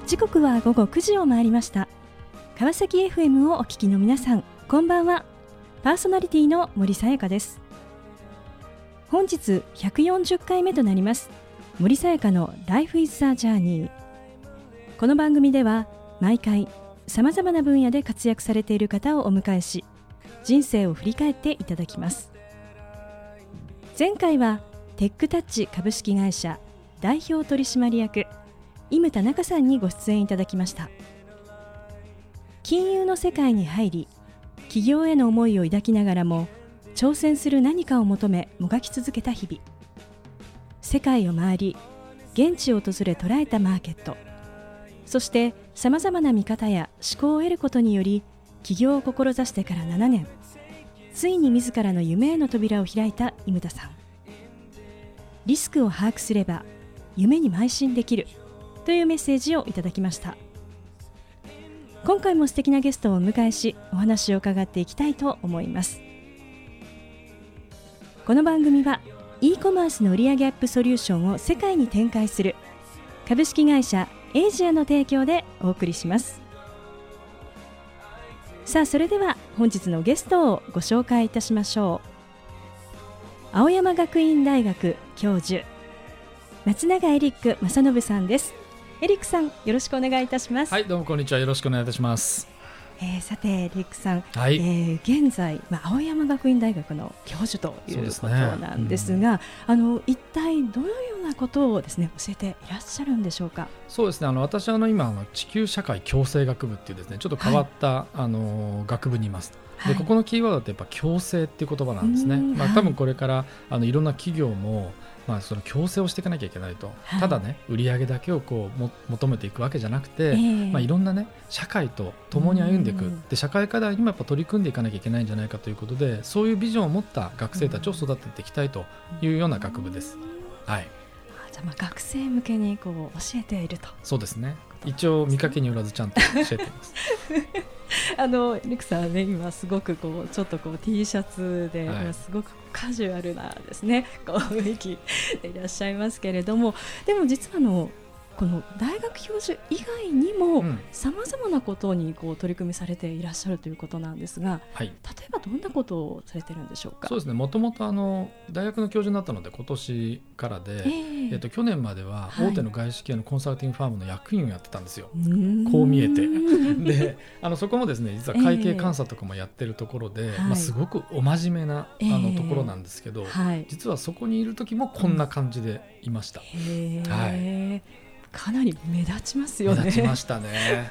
時刻は午後9時を回りました。川崎 FM をお聞きの皆さん、こんばんは。パーソナリティの森さやかです。本日140回目となります森さやかの Life is a Journey。 この番組では毎回さまざまな分野で活躍されている方をお迎えし、人生を振り返っていただきます。前回はテックタッチ株式会社代表取締役伊牟田中さんにご出演いただきました。金融の世界に入り、起業への思いを抱きながらも挑戦する何かを求めもがき続けた日々。世界を回り、現地を訪れ捉えたマーケット、そしてさまざまな見方や思考を得ることにより起業を志してから7年、ついに自らの夢への扉を開いた伊牟田さん。リスクを把握すれば夢に邁進できるというメッセージをいただきました。今回も素敵なゲストをお迎えし、お話を伺っていきたいと思います。この番組は e コマースの売上アップソリューションを世界に展開する株式会社エイジアの提供でお送りします。さあ、それでは本日のゲストをご紹介いたしましょう。青山学院大学教授、松永エリック正信さんです。エリックさん、よろしくお願いいたします。 はい、どうもこんにちは。よろしくお願いいたします。 さてエリックさん、 はい、 現在、青山学院大学の教授ということなんですが、一体どのようなことをですね、教えていらっしゃるんでしょうか。 そうですね、私は今地球社会共生学部っていうですね、ちょっと変わった、学部にいます。で、ここのキーワードってやっぱ共生っていう言葉なんですね。多分これからいろんな企業もその共生をしていかなきゃいけないと、ただね、売上だけを求めていくわけじゃなくて、いろんなね、社会と共に歩んでいく、で社会課題にもやっぱ取り組んでいかなきゃいけないんじゃないかということで、そういうビジョンを持った学生たちを育てていきたいというような学部です。はい。 じゃあ学生向けに教えていると。 そうですね、一応見かけによらずちゃんと教えていますリクさんね、今すごくちょっとT シャツで、すごくカジュアルなですね、雰囲気でいらっしゃいますけれども、でも実はこの大学教授以外にもさまざまなことに取り組みされていらっしゃるということなんですが、例えばどんなことをされてるんでしょうか。 そうですね、もともと大学の教授になったので今年からで、去年までは大手の外資系のコンサルティングファームの役員をやってたんですよ。こう見えてでそこもですね、実は会計監査とかもやってるところで、すごくお真面目なところなんですけど、実はそこにいる時もこんな感じでいました。 かなり目立ちますよね。 目立ちましたね。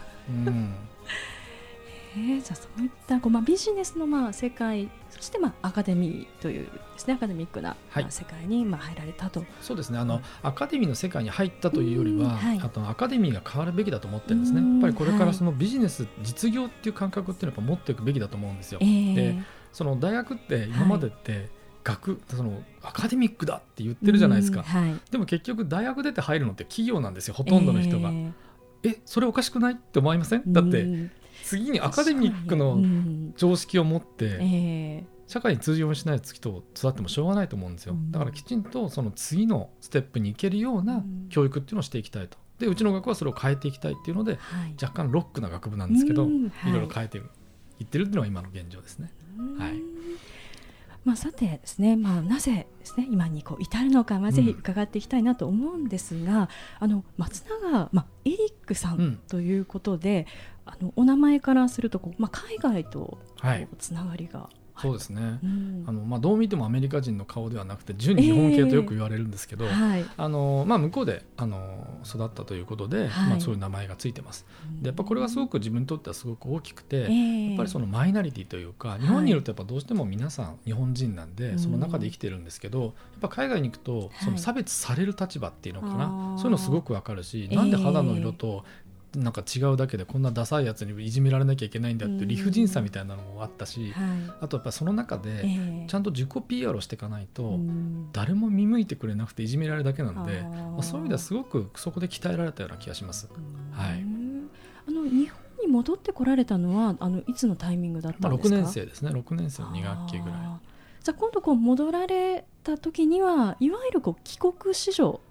じゃあそういったビジネスの世界、そしてアカデミーというですね、アカデミックな世界に入られたと。 そうですね、アカデミーの世界に入ったというよりは、アカデミーが変わるべきだと思ってるんですね。やっぱりこれからそのビジネス、実業っていう感覚っていうのを持っていくべきだと思うんですよ。で、その大学って今までって、そのアカデミックだって言ってるじゃないですか。でも結局大学出て入るのって企業なんですよ、ほとんどの人が。それおかしくないって思いません？だって次にアカデミックの常識を持って社会に通用しない人を育ってもしょうがないと思うんですよ。だからきちんとその次のステップに行けるような教育っていうのをしていきたいと。で、うちの学校はそれを変えていきたいっていうので、若干ロックな学部なんですけど、いろいろ変えていってるっていうのが今の現状ですね。 さてですね、なぜですね、今に至るのか、ぜひ伺っていきたいなと思うんですが、松永、エリックさんということで、お名前からすると海外とつながりがそうですね、どう見てもアメリカ人の顔ではなくて純日本系とよく言われるんですけど、向こうで育ったということで、そういう名前がついてます。で、やっぱこれはすごく自分にとってはすごく大きくて、やっぱりそのマイナリティというか、日本にいるとやっぱどうしても皆さん日本人なんで、その中で生きてるんですけど、やっぱ海外に行くとその差別される立場っていうのかな、そういうのすごくわかるし、なんで肌の色となんか違うだけでこんなダサいやつにいじめられなきゃいけないんだっていう理不尽さみたいなのもあったし、あとやっぱその中でちゃんと自己 PR をしていかないと誰も見向いてくれなくていじめられるだけなので、そういう意味ではすごくそこで鍛えられたような気がします。 日本に戻ってこられたのはいつのタイミングだったんですか ？6年生ですね。6年生の2学期ぐらい。 じゃあ今度戻られた時にはいわゆる帰国子女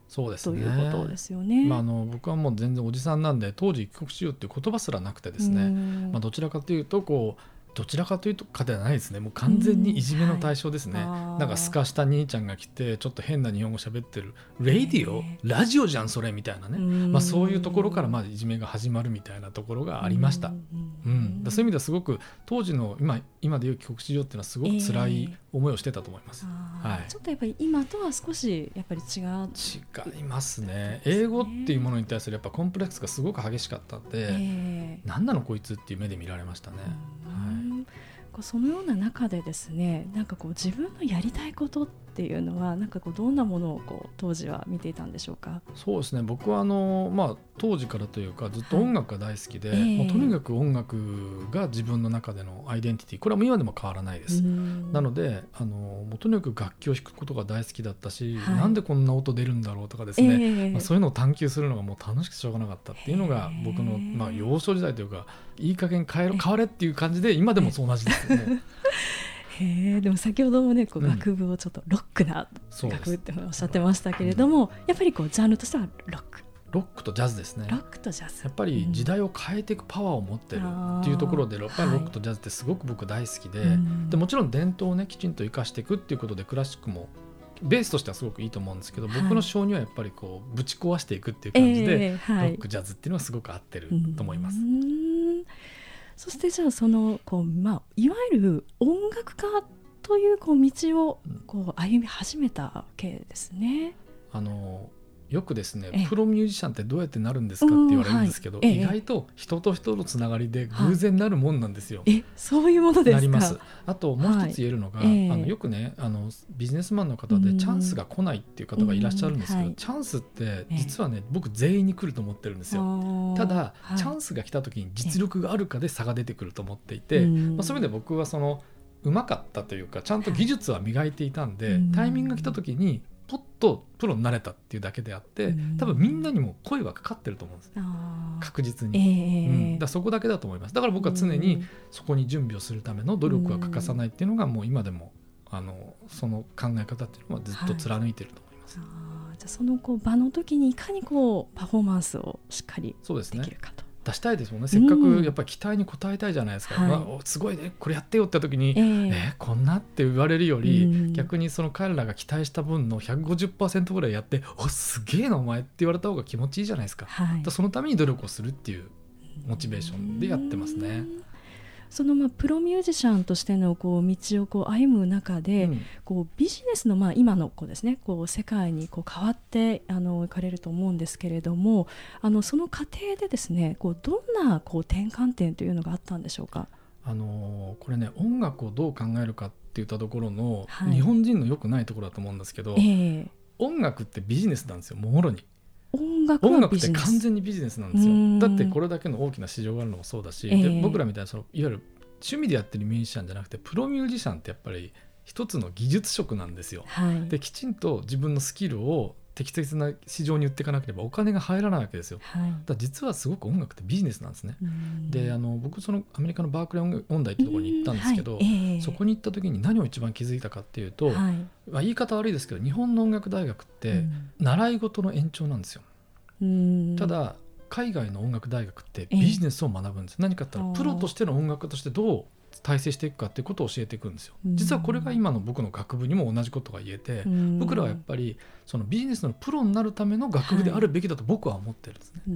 そうですね、 ということですよね。 僕はもう全然おじさんなんで当時帰国子女っていう言葉すらなくてですね、どちらかというとどちらかというとかではないですね。もう完全にいじめの対象ですね、なんかすかした兄ちゃんが来てちょっと変な日本語喋ってる、レディオ、ラジオじゃんそれみたいなね、そういうところからまずいじめが始まるみたいなところがありました。そういう意味ではすごく当時の今でいう帰国子女っていうのはすごく辛い思いをしてたと思います、 ちょっとやっぱり今とは少しやっぱり違いますね。英語っていうものに対するやっぱコンプレックスがすごく激しかったんで、何なのこいつっていう目で見られましたね。 そのような中でですね、なんか自分のやりたいことっていうのはなんかどんなものを当時は見ていたんでしょうか。 そうですね、僕は当時からというかずっと音楽が大好きで、もうとにかく音楽が自分の中でのアイデンティティ、これはもう今でも変わらないです。なのでもうとにかく楽器を弾くことが大好きだったし、なんでこんな音出るんだろうとかですね、そういうのを探求するのがもう楽しくてしょうがなかったっていうのが僕の幼少時代というか、いい加減変われっていう感じで今でもそう同じですよね。 でも先ほどもね学部をちょっとロックな学部っておっしゃってましたけれども、やっぱりジャンルとしてはロックとジャズですね。ロックとジャズ、 やっぱり時代を変えていくパワーを持ってるっていうところで、やっぱりロックとジャズってすごく僕大好きで、でもちろん伝統をねきちんと生かしていくっていうことでクラシックもベースとしてはすごくいいと思うんですけど、僕の性にはやっぱりぶち壊していくっていう感じで、ロックジャズっていうのはすごく合ってると思います。 そしてじゃあいわゆる音楽家という道を歩み始めたわけですね。 よくですね、プロミュージシャンってどうやってなるんですかって言われるんですけど、意外と人と人のつながりで偶然なるもんなんですよ。 そういうものですか。 なります。あともう一つ言えるのが、よくねビジネスマンの方でチャンスが来ないっていう方がいらっしゃるんですけど、チャンスって実はね僕全員に来ると思ってるんですよ。ただ、チャンスが来た時に実力があるかで差が出てくると思っていて、そういう意味で僕はうまかったというかちゃんと技術は磨いていたんで、タイミングが来た時にポッとプロになれたっていうだけであって、多分みんなにも声はかかってると思うんです、確実に、だそこだけだと思います。だから僕は常にそこに準備をするための努力は欠かさないっていうのがもう今でもその考え方っていうのはずっと貫いてると思います。 じゃあその場の時にいかにパフォーマンスをしっかりできるかと出したいですもんね。せっかくやっぱり期待に応えたいじゃないですか、すごいねこれやってよって時に、こんなって言われるより、逆にその彼らが期待した分の 150% ぐらいやって、すげえなお前って言われた方が気持ちいいじゃないですか、だそのために努力をするっていうモチベーションでやってますね。 そのプロミュージシャンとしての道を歩む中で、ビジネスの今のですね世界に変わっていかれると思うんですけれども、その過程でですねどんな転換点というのがあったんでしょうか。 これね音楽をどう考えるかっていったところの、日本人の良くないところだと思うんですけど、音楽ってビジネスなんですよ。もろに音楽って完全にビジネスなんですよ。だってこれだけの大きな市場があるのもそうだし、で僕らみたいないわゆる趣味でやってるミュージシャンじゃなくてプロミュージシャンってやっぱり一つの技術職なんですよ、できちんと自分のスキルを適切な市場に売っていかなければお金が入らないわけですよ、だ実はすごく音楽ってビジネスなんですね。で僕アメリカのバークレー音大ってところに行ったんですけど、そこに行った時に何を一番気づいたかっていうと、言い方悪いですけど日本の音楽大学って習い事の延長なんですよ。ただ海外の音楽大学ってビジネスを学ぶんです。何かって言ったらプロとしての音楽としてどう体制していくかっていうことを教えていくんですよ。実はこれが今の僕の学部にも同じことが言えて、僕らはやっぱりそのビジネスのプロになるための学部であるべきだと僕は思ってるんですね。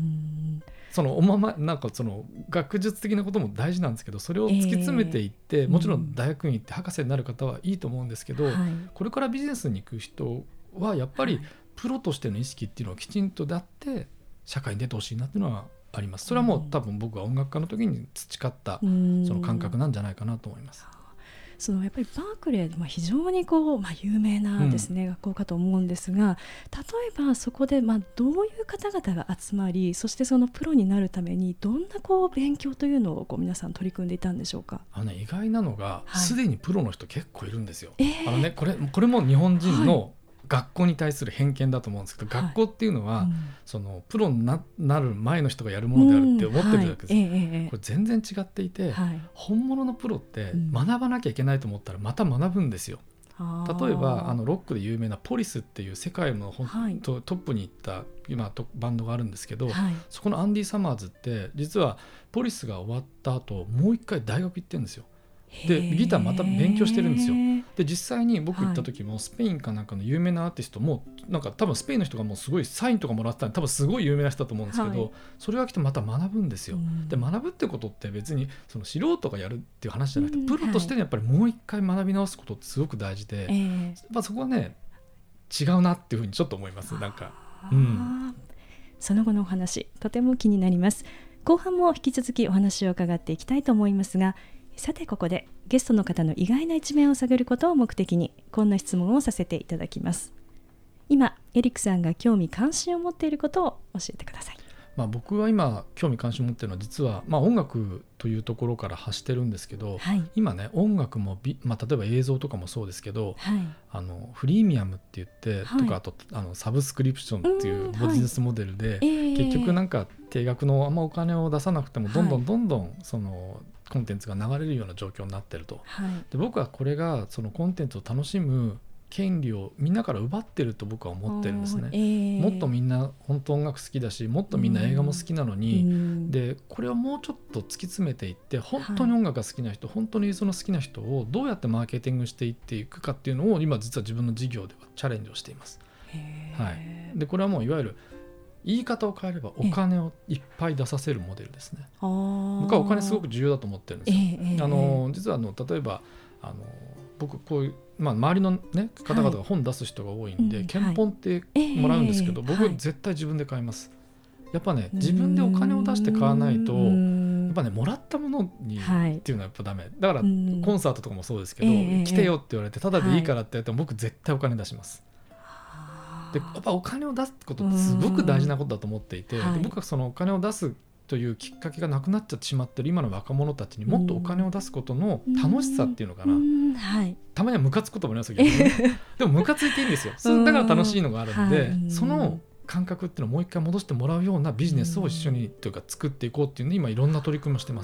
なんかその学術的なことも大事なんですけど、それを突き詰めていって、もちろん大学院行って博士になる方はいいと思うんですけど、これからビジネスに行く人はやっぱりプロとしての意識っていうのをきちんとであって社会に出てほしいなっていうのはあります。それはもう多分僕が音楽家の時に培ったその感覚なんじゃないかなと思います。 やっぱりバークレー、非常に有名なですね、学校かと思うんですが、例えばそこでどういう方々が集まり、そしてそのプロになるためにどんな勉強というのを皆さん取り組んでいたんでしょうか。 意外なのがすでにプロの人結構いるんですよ。これも日本人の学校に対する偏見だと思うんですけど、学校っていうのは、そのプロになる前の人がやるものであるって思ってるわけです、これ全然違っていて、本物のプロって学ばなきゃいけないと思ったらまた学ぶんですよ。 例えばロックで有名なポリスっていう世界のトップに行った今バンドがあるんですけど、そこのアンディ・サマーズって実はポリスが終わった後もう一回大学行ってるんですよ。でギターまた勉強してるんですよ。で実際に僕行った時もスペインかなんかの有名なアーティストもなんか多分スペインの人がもうすごいサインとかもらってたんで多分すごい有名な人だと思うんですけど、それが来てまた学ぶんですよ。で学ぶってことって別にその素人がやるっていう話じゃなくて、プロとしてやっぱりもう一回学び直すことってすごく大事で、やっぱそこはね違うなっていうふうにちょっと思います。なんか、 その後のお話とても気になります。後半も引き続きお話を伺っていきたいと思いますが、さてここでゲストの方の意外な一面を探ることを目的にこんな質問をさせていただきます。今エリックさんが興味関心を持っていることを教えてください。 僕は今興味関心を持っているのは実は、音楽というところから発してるんですけど、今ね音楽も例えば映像とかもそうですけど、フリーミアムって言って、とかあとサブスクリプションっていうビジネスモデルで、結局なんか定額のあんまお金を出さなくてもどんどんそのコンテンツが流れるような状況になってると、で僕はこれがそのコンテンツを楽しむ権利をみんなから奪ってると僕は思ってるんですね。もっとみんな本当音楽好きだし、もっとみんな映画も好きなのに、でこれをもうちょっと突き詰めていって、本当に音楽が好きな人、本当にその好きな人をどうやってマーケティングしていっていくかっていうのを今実は自分の事業ではチャレンジをしています。でこれはもういわゆる言い方を変えればお金をいっぱい出させるモデルですね。僕はお金すごく重要だと思ってるんですよ。実は例えば僕こういう、周りの、方々が本出す人が多いんで、献本ってもらうんですけど、僕は絶対自分で買います。やっぱね自分でお金を出して買わないと、やっぱねもらったものにっていうのはやっぱダメだから、コンサートとかもそうですけど、来てよって言われてただでいいからって言っても僕絶対お金出します。でやっぱお金を出すことってすごく大事なことだと思っていて、で僕はそのお金を出すというきっかけがなくなっちゃってしまってる今の若者たちにもっとお金を出すことの楽しさっていうのかな、たまにはムカつくこともありますけど、でもムカついていいんですよ。だから楽しいのがあるんで、その感覚っていうのをもう一回戻してもらうようなビジネスを一緒にというか作っていこうっていうので今いろんな取り組みをしてます。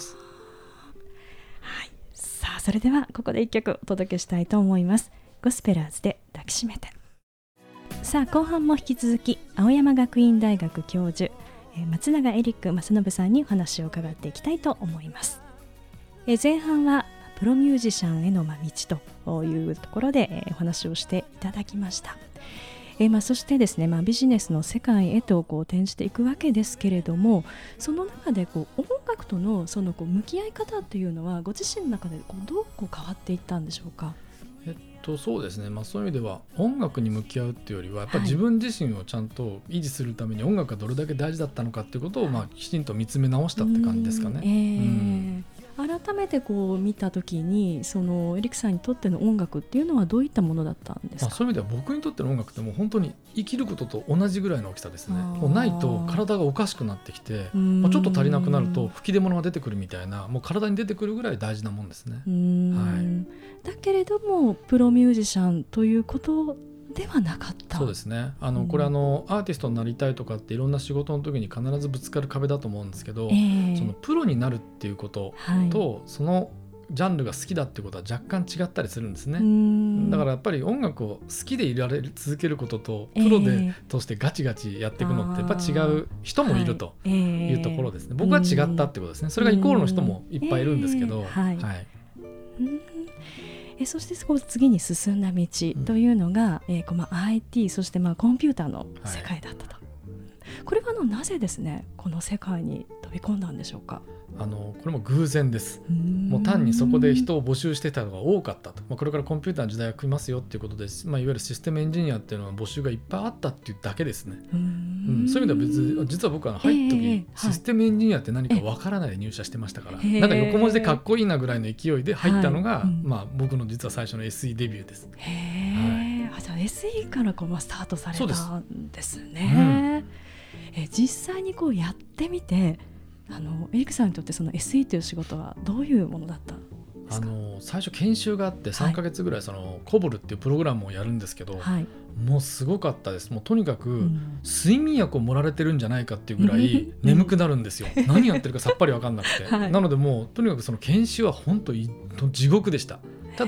さあそれではここで一曲お届けしたいと思います。ゴスペラーズで抱きしめて。さあ後半も引き続き青山学院大学教授松永エリック正信さんにお話を伺っていきたいと思います。前半はプロミュージシャンへの道というところでお話をしていただきました。そしてですね、ビジネスの世界へと転じていくわけですけれども、その中で音楽とのその向き合い方っていうのはご自身の中でどう変わっていったんでしょうか。 そうですね、そういう意味では音楽に向き合うっていうよりはやっぱり自分自身をちゃんと維持するために音楽がどれだけ大事だったのかっていうことをきちんと見つめ直したって感じですかね。 改めて見たときにそのエリックさんにとっての音楽っていうのはどういったものだったんですか。 そういう意味では僕にとっての音楽ってもう本当に生きることと同じぐらいの大きさですね。もうないと体がおかしくなってきて、ちょっと足りなくなると吹き出物が出てくるみたいな、もう体に出てくるぐらい大事なもんですね。 だけれどもプロミュージシャンということではなかった。 そうですね。これアーティストになりたいとかっていろんな仕事の時に必ずぶつかる壁だと思うんですけど、そのプロになるっていうことと、そのジャンルが好きだっていうことは若干違ったりするんですね。だからやっぱり音楽を好きでいられる続けることとプロでとしてガチガチやっていくのってやっぱ違う人もいるというところですね。僕は違ったってことですね。それがイコールの人もいっぱいいるんですけど、 そして次に進んだ道というのが、IT そしてコンピューターの世界だったと。これはなぜですねこの世界に飛び込んだんでしょうか。 これも偶然です。もう単にそこで人を募集してたのが多かったと、これからコンピューターの時代が来ますよっていうことです。いわゆるシステムエンジニアっていうのは募集がいっぱいあったっていうだけですね。そういう意味では実は僕は入った時、システムエンジニアって何かわからないで入社してましたから、なんか横文字でかっこいいなぐらいの勢いで入ったのが、僕の実は最初の SE デビューです。 じゃあ SE からスタートされたんですね。実際にやってみてエリックさんにとってその SE という仕事はどういうものだったんですか。 最初研修があって3ヶ月ぐらいコボルっていうプログラムをやるんですけど、もうすごかったです。もうとにかく睡眠薬を盛られてるんじゃないかっていうぐらい眠くなるんですよ。何やってるかさっぱり分かんなくて、なのでもうとにかくその研修は本当に地獄でした。ただ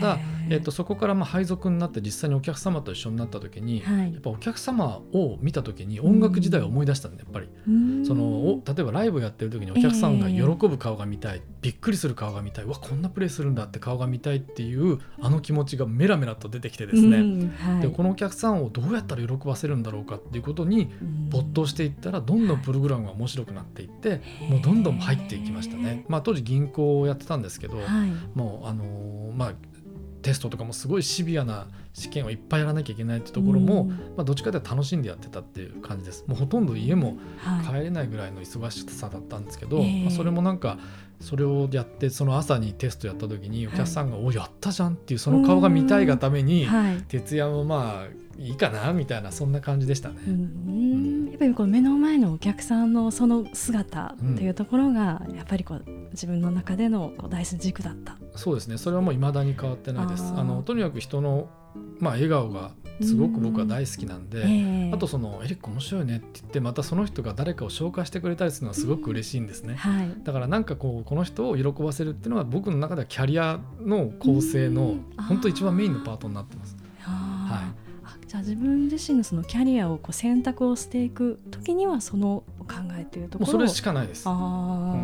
そこから配属になって実際にお客様と一緒になった時に、やっぱお客様を見た時に音楽時代を思い出したんで、やっぱり例えばライブやってる時にお客さんが喜ぶ顔が見たい、びっくりする顔が見たい、うわこんなプレイするんだって顔が見たいっていう気持ちがメラメラと出てきてですね、でこのお客さんをどうやったら喜ばせるんだろうかっていうことに没頭していったら、どんどんプログラムが面白くなっていって、もうどんどん入っていきましたね。当時銀行をやってたんですけど、もうテストとかもすごいシビアな試験をいっぱいやらなきゃいけないってところも、どっちかというと楽しんでやってたっていう感じです。もうほとんど家も帰れないぐらいの忙しさだったんですけど、それもそれをやって、その朝にテストやった時にお客さんがおやったじゃんっていうその顔が見たいがために、徹夜もいいかなみたいな、そんな感じでしたね。 やっぱりこう目の前のお客さんのその姿というところがやっぱり自分の中での大事軸だった。 そうですね、それはもう未だに変わってないです。とにかく人の笑顔がすごく僕は大好きなんで、あとエリック面白いねって言ってまたその人が誰かを紹介してくれたりするのはすごく嬉しいんですね。だからこの人を喜ばせるっていうのは僕の中ではキャリアの構成の本当一番メインのパートになってます。 じゃあ自分自身のそのキャリアを選択をしていく時にはその考えというところもうそれしかないです。じゃあ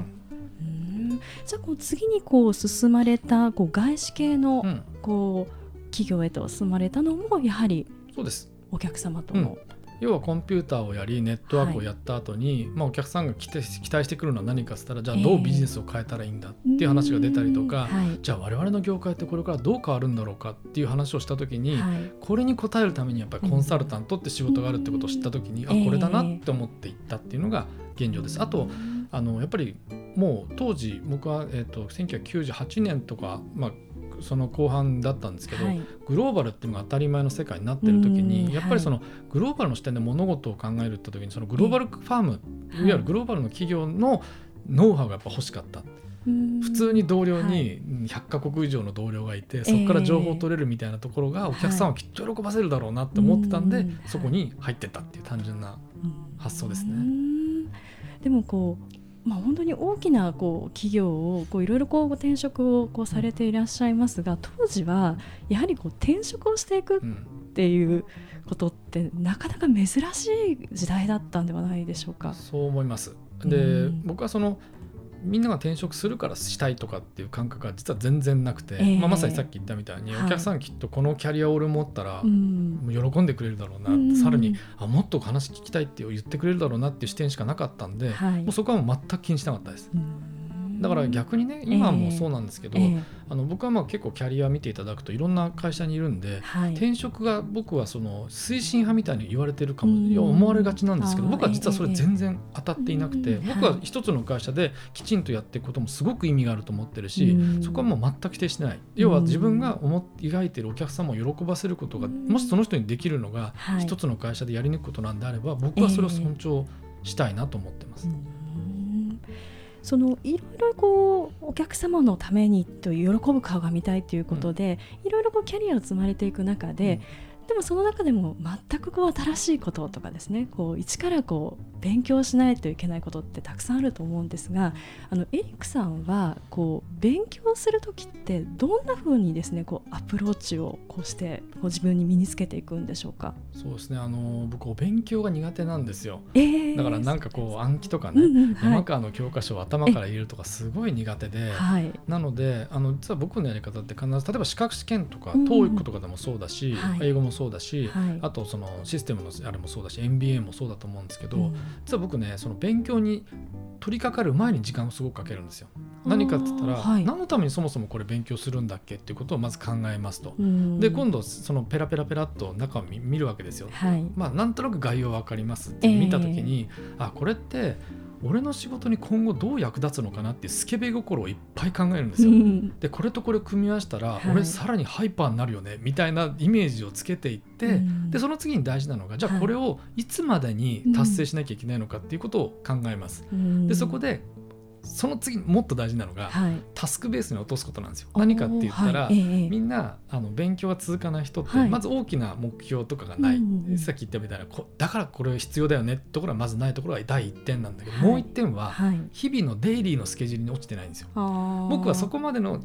次に進まれた外資系の企業へと進まれたのもやはりそうです。 お客様との、 要はコンピューターをやりネットワークをやった後に、お客さんが期待してくるのは何かっつったら、じゃあどうビジネスを変えたらいいんだっていう話が出たりとか、じゃあ我々の業界ってこれからどう変わるんだろうかっていう話をした時に、これに応えるためにやっぱりコンサルタントって仕事があるってことを知った時に、これだなって思っていったっていうのが現状です。あとやっぱりもう当時僕は、1998年とか、その後半だったんですけど、グローバルっていうのが当たり前の世界になっている時に、やっぱりグローバルの視点で物事を考えるって時にそのグローバルファーム、いわゆるグローバルの企業のノウハウがやっぱ欲しかった。普通に同僚に100カ国以上の同僚がいて、そこから情報を取れるみたいなところがお客さんをきっと喜ばせるだろうなって思ってたんで、そこに入ってったっていう単純な発想ですね。 でも本当に大きな企業をいろいろ転職をされていらっしゃいますが、当時はやはり転職をしていくっていうことってなかなか珍しい時代だったんではないでしょうか。 そう思います。で、僕はみんなが転職するからしたいとかっていう感覚が実は全然なくて、まさにさっき言ったみたいに、お客さんきっとこのキャリアを俺持ったら喜んでくれるだろうな、さらにもっと話聞きたいって言ってくれるだろうなっていう視点しかなかったんで、もうそこはもう全く気にしなかったです。だから逆にね、今もそうなんですけど、僕は結構キャリア見ていただくといろんな会社にいるんで、転職が僕は推進派みたいに言われてるかも思われがちなんですけど、僕は実はそれ全然当たっていなくて、僕は一つの会社できちんとやっていくこともすごく意味があると思ってるし、そこはもう全く否定してない。要は自分が描いているお客様を喜ばせることが、もしその人にできるのが一つの会社でやり抜くことなんであれば、僕はそれを尊重したいなと思ってます。 いろいろお客様のためにという喜ぶ顔が見たいということで、いろいろキャリアを積まれていく中で、でもその中でも全く新しいこととかですね、一から勉強しないといけないことってたくさんあると思うんですが、エリックさんは勉強するときってどんなふうにですねアプローチをして自分に身につけていくんでしょうか。 そうですね、僕お勉強が苦手なんですよ。だから暗記とかね、山川の教科書を頭から入れるとかすごい苦手で、なので実は僕のやり方って必ず、例えば資格試験とか TOEIC とかでもそうだし、英語もそうだし、あとシステムのあれもそうだし MBA もそうだと思うんですけど、実は僕ね、勉強に取り掛かる前に時間をすごくかけるんですよ。何かって言ったら、何のためにそもそもこれ勉強するんだっけっていうことをまず考えますと。で今度ペラペラペラっと中を見るわけですよ。なんとなく概要分かりますって見た時に、これって俺の仕事に今後どう役立つのかなっていうスケベ心をいっぱい考えるんですよ。でこれとこれ組み合わせたら、俺さらにハイパーになるよねみたいなイメージをつけていって、でその次に大事なのが、じゃあこれをいつまでに達成しなきゃいけないのかっていうことを考えます。でそこでその次もっと大事なのが、タスクベースに落とすことなんですよ。何かって言ったら、みんな勉強が続かない人って、まず大きな目標とかがない、さっき言ったみたいなだからこれ必要だよねってところはまずないところが第1点なんだけど、もう1点は日々のデイリーのスケジュールに落ちてないんですよ。僕はそこまでの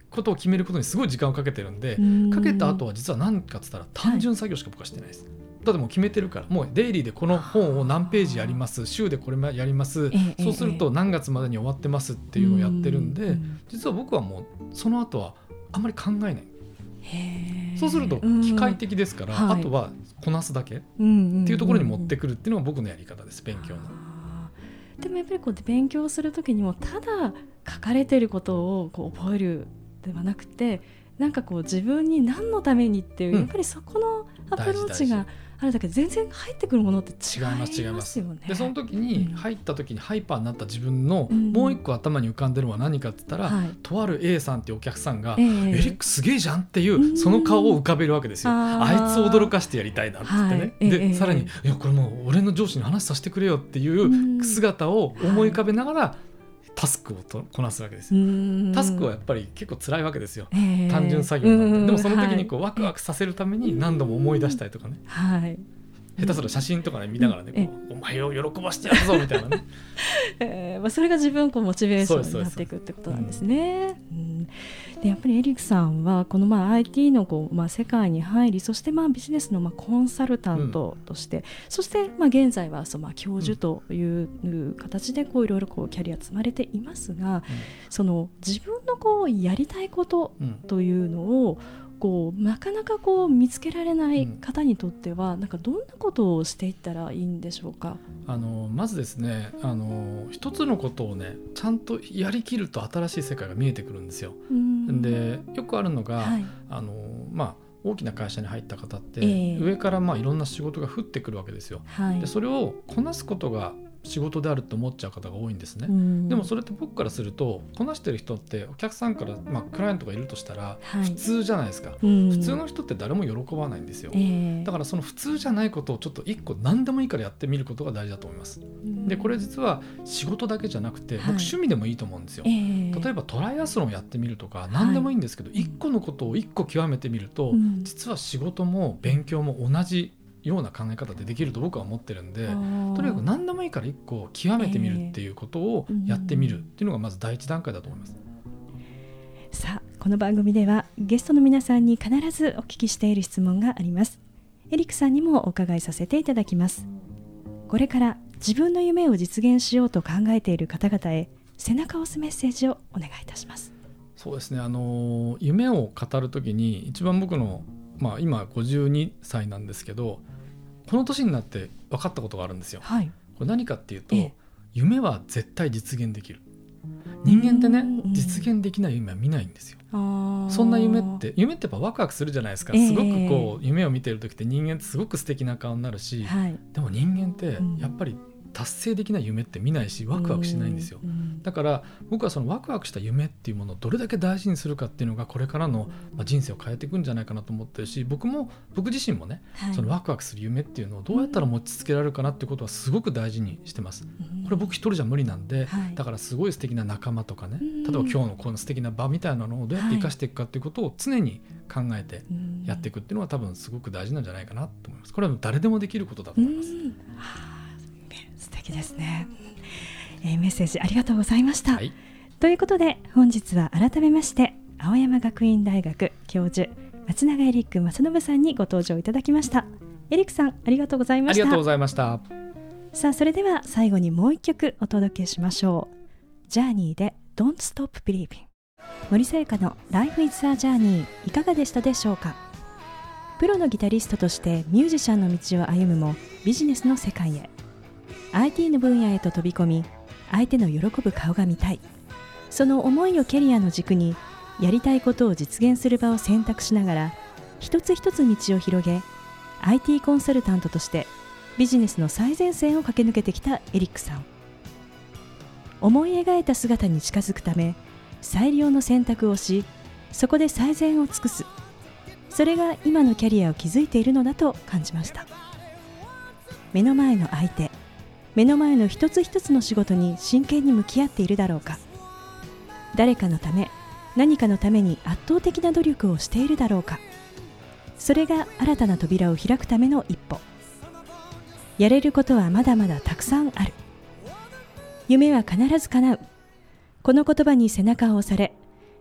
ことを決めることにすごい時間をかけてるんで、かけた後は実は何かって言ったら単純作業しか僕はしてないです、だってもう決めてるから、もうデイリーでこの本を何ページやります、週でこれやります、そうすると何月までに終わってますっていうのをやってるんで、実は僕はもうその後はあんまり考えない。そうすると機械的ですから、あとはこなすだけっていうところに持ってくるっていうのが僕のやり方です、勉強の。 でもやっぱりこう勉強するときにもただ書かれていることをこう覚えるではなくて、なんかこう自分に何のためにっていう、やっぱりそこのアプローチがあるだけで全然入ってくるものって違いますよね。 でその時に入った時にハイパーになった自分のもう一個頭に浮かんでるのは何かって言ったら、とある A さんっていうお客さんが、エリックすげえじゃんっていうその顔を浮かべるわけですよ。あいつを驚かしてやりたいなって言ってね、でさらにいやこれもう俺の上司に話させてくれよっていう姿を思い浮かべながらタスクをこなすわけですよ。タスクはやっぱり結構辛いわけですよ、単純作業なんで。でもその時にこうワクワクさせるために何度も思い出したりとかね、下手する写真とか、ね、見ながらね、こうお前を喜ばしてやるぞみたいなねそれが自分こうモチベーションになっていくってことなんですね。でやっぱりエリックさんはこのIT のこう、世界に入り、そしてビジネスのコンサルタントとして、そして現在は教授という形でいろいろキャリア積まれていますが、その自分のこうやりたいことというのをなかなか見つけられない方にとっては、なんかどんなことをしていったらいいんでしょうか。 まずですね、一つのことをねちゃんとやりきると新しい世界が見えてくるんですよ。でよくあるのが、大きな会社に入った方って、上からいろんな仕事が降ってくるわけですよ。でそれをこなすことが仕事であると思っちゃう方が多いんですね。でもそれって僕からすると、こなしてる人ってお客さんから、クライアントがいるとしたら普通じゃないですか。普通の人って誰も喜ばないんですよ。だからその普通じゃないことをちょっと一個何でもいいからやってみることが大事だと思います。でこれ実は仕事だけじゃなくて、僕趣味でもいいと思うんですよ。例えばトライアスロンをやってみるとか何でもいいんですけど、一個のことを一個極めてみると、実は仕事も勉強も同じような考え方でできると僕は思ってるんで、とにかく何でもいいから一個極めてみるっていうことをやってみるっていうのがまず第一段階だと思います。 さあこの番組ではゲストの皆さんに必ずお聞きしている質問があります。エリックさんにもお伺いさせていただきます。これから自分の夢を実現しようと考えている方々へ背中を押すメッセージをお願いいたします。 そうですね、夢を語るときに一番僕の今52歳なんですけど、この年になって分かったことがあるんですよ。これ何かっていうと、夢は絶対実現できる。人間ってね、実現できない夢は見ないんですよ。そんな夢ってやっぱワクワクするじゃないですか。すごくこう夢を見てる時って人間ってすごく素敵な顔になるし、でも人間ってやっぱり達成できない夢って見ないし、ワクワクしないんですよ。だから僕はそのワクワクした夢っていうものをどれだけ大事にするかっていうのがこれからの人生を変えていくんじゃないかなと思ってるし、僕自身もね、そのワクワクする夢っていうのをどうやったら持ちつけられるかなっていうことはすごく大事にしてます。これ僕一人じゃ無理なんで、だからすごい素敵な仲間とかね、例えば今日のこの素敵な場みたいなのをどうやって生かしていくかっていうことを常に考えてやっていくっていうのは多分すごく大事なんじゃないかなと思います。これは誰でもできることだと思います。 素敵ですね。メッセージありがとうございました。ということで本日は改めまして青山学院大学教授松永エリック正信さんにご登場いただきました。エリックさんありがとうございました。 ありがとうございました。 さあそれでは最後にもう一曲お届けしましょう。ジャーニーで Don't Stop Believing。 森さやかの Life is a Journey いかがでしたでしょうか。プロのギタリストとしてミュージシャンの道を歩むもビジネスの世界へ、 IT の分野へと飛び込み相手の喜ぶ顔が見たい、その思いをキャリアの軸にやりたいことを実現する場を選択しながら一つ一つ道を広げ IT コンサルタントとしてビジネスの最前線を駆け抜けてきたエリックさん。思い描いた姿に近づくため最良の選択をし、そこで最善を尽くす、それが今のキャリアを築いているのだと感じました。目の前の相手、目の前の一つ一つの仕事に真剣に向き合っているだろうか。誰かのため、何かのために圧倒的な努力をしているだろうか。それが新たな扉を開くための一歩。やれることはまだまだたくさんある。夢は必ず叶う。この言葉に背中を押され、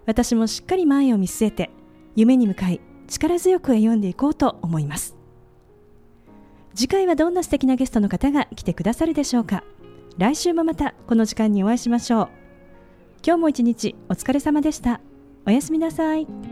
私もしっかり前を見据えて夢に向かい力強く歩んでいこうと思います。次回はどんな素敵なゲストの方が来てくださるでしょうか。来週もまたこの時間にお会いしましょう。今日も一日お疲れ様でした。おやすみなさい。